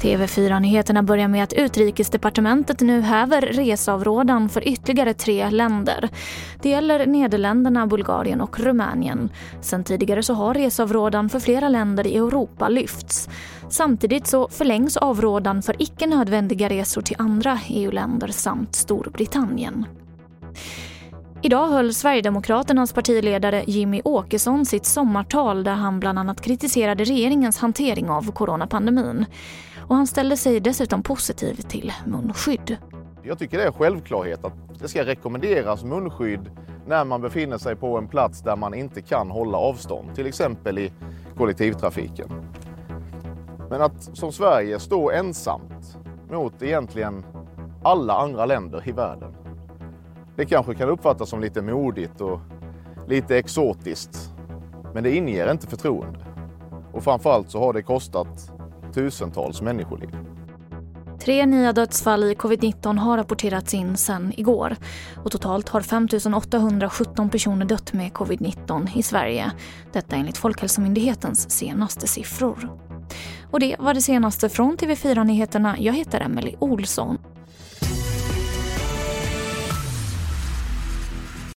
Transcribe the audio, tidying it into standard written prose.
TV4-nyheterna börjar med att Utrikesdepartementet nu häver reseavrådan för ytterligare 3 länder. Det gäller Nederländerna, Bulgarien och Rumänien. Sen tidigare så har reseavrådan för flera länder i Europa lyfts. Samtidigt så förlängs avrådan för icke nödvändiga resor till andra EU-länder samt Storbritannien. Idag höll Sverigedemokraternas partiledare Jimmy Åkesson sitt sommartal där han bland annat kritiserade regeringens hantering av coronapandemin. Och han ställde sig dessutom positiv till munskydd. Jag tycker det är självklarhet att det ska rekommenderas munskydd när man befinner sig på en plats där man inte kan hålla avstånd, till exempel i kollektivtrafiken. Men att som Sverige stå ensamt mot egentligen alla andra länder i världen, det kanske kan uppfattas som lite modigt och lite exotiskt, men det inger inte förtroende. Och framförallt så har det kostat tusentals människoliv. 3 nya dödsfall i covid-19 har rapporterats in sedan igår. Och totalt har 5 817 personer dött med covid-19 i Sverige. Detta enligt Folkhälsomyndighetens senaste siffror. Och det var det senaste från TV4-nyheterna. Jag heter Emily Olsson.